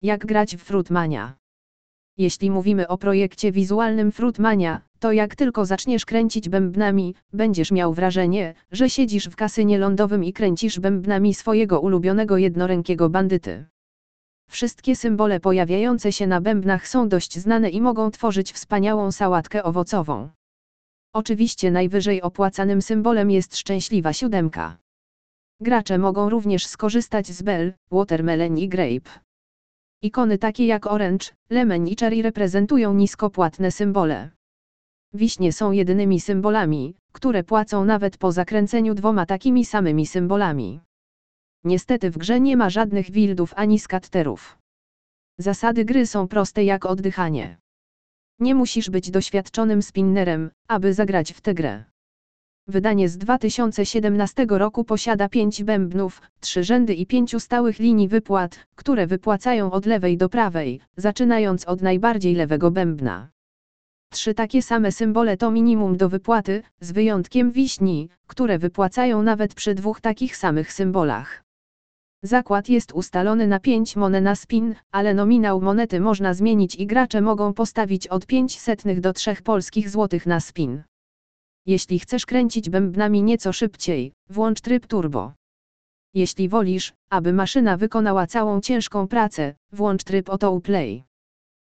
Jak grać w Fruitmania? Jeśli mówimy o projekcie wizualnym Fruitmania, to jak tylko zaczniesz kręcić bębnami, będziesz miał wrażenie, że siedzisz w kasynie lądowym i kręcisz bębnami swojego ulubionego jednorękiego bandyty. Wszystkie symbole pojawiające się na bębnach są dość znane i mogą tworzyć wspaniałą sałatkę owocową. Oczywiście najwyżej opłacanym symbolem jest szczęśliwa siódemka. Gracze mogą również skorzystać z Bell, Watermelon i Grape. Ikony takie jak Orange, Lemon i Cherry reprezentują niskopłatne symbole. Wiśnie są jedynymi symbolami, które płacą nawet po zakręceniu dwoma takimi samymi symbolami. Niestety w grze nie ma żadnych wildów ani skatterów. Zasady gry są proste jak oddychanie. Nie musisz być doświadczonym spinnerem, aby zagrać w tę grę. Wydanie z 2017 roku posiada 5 bębnów, 3 rzędy i 5 stałych linii wypłat, które wypłacają od lewej do prawej, zaczynając od najbardziej lewego bębna. 3 takie same symbole to minimum do wypłaty, z wyjątkiem wiśni, które wypłacają nawet przy 2 takich samych symbolach. Zakład jest ustalony na 5 monet na spin, ale nominał monety można zmienić i gracze mogą postawić od 500 do 3 polskich złotych na spin. Jeśli chcesz kręcić bębnami nieco szybciej, włącz tryb turbo. Jeśli wolisz, aby maszyna wykonała całą ciężką pracę, włącz tryb autoplay.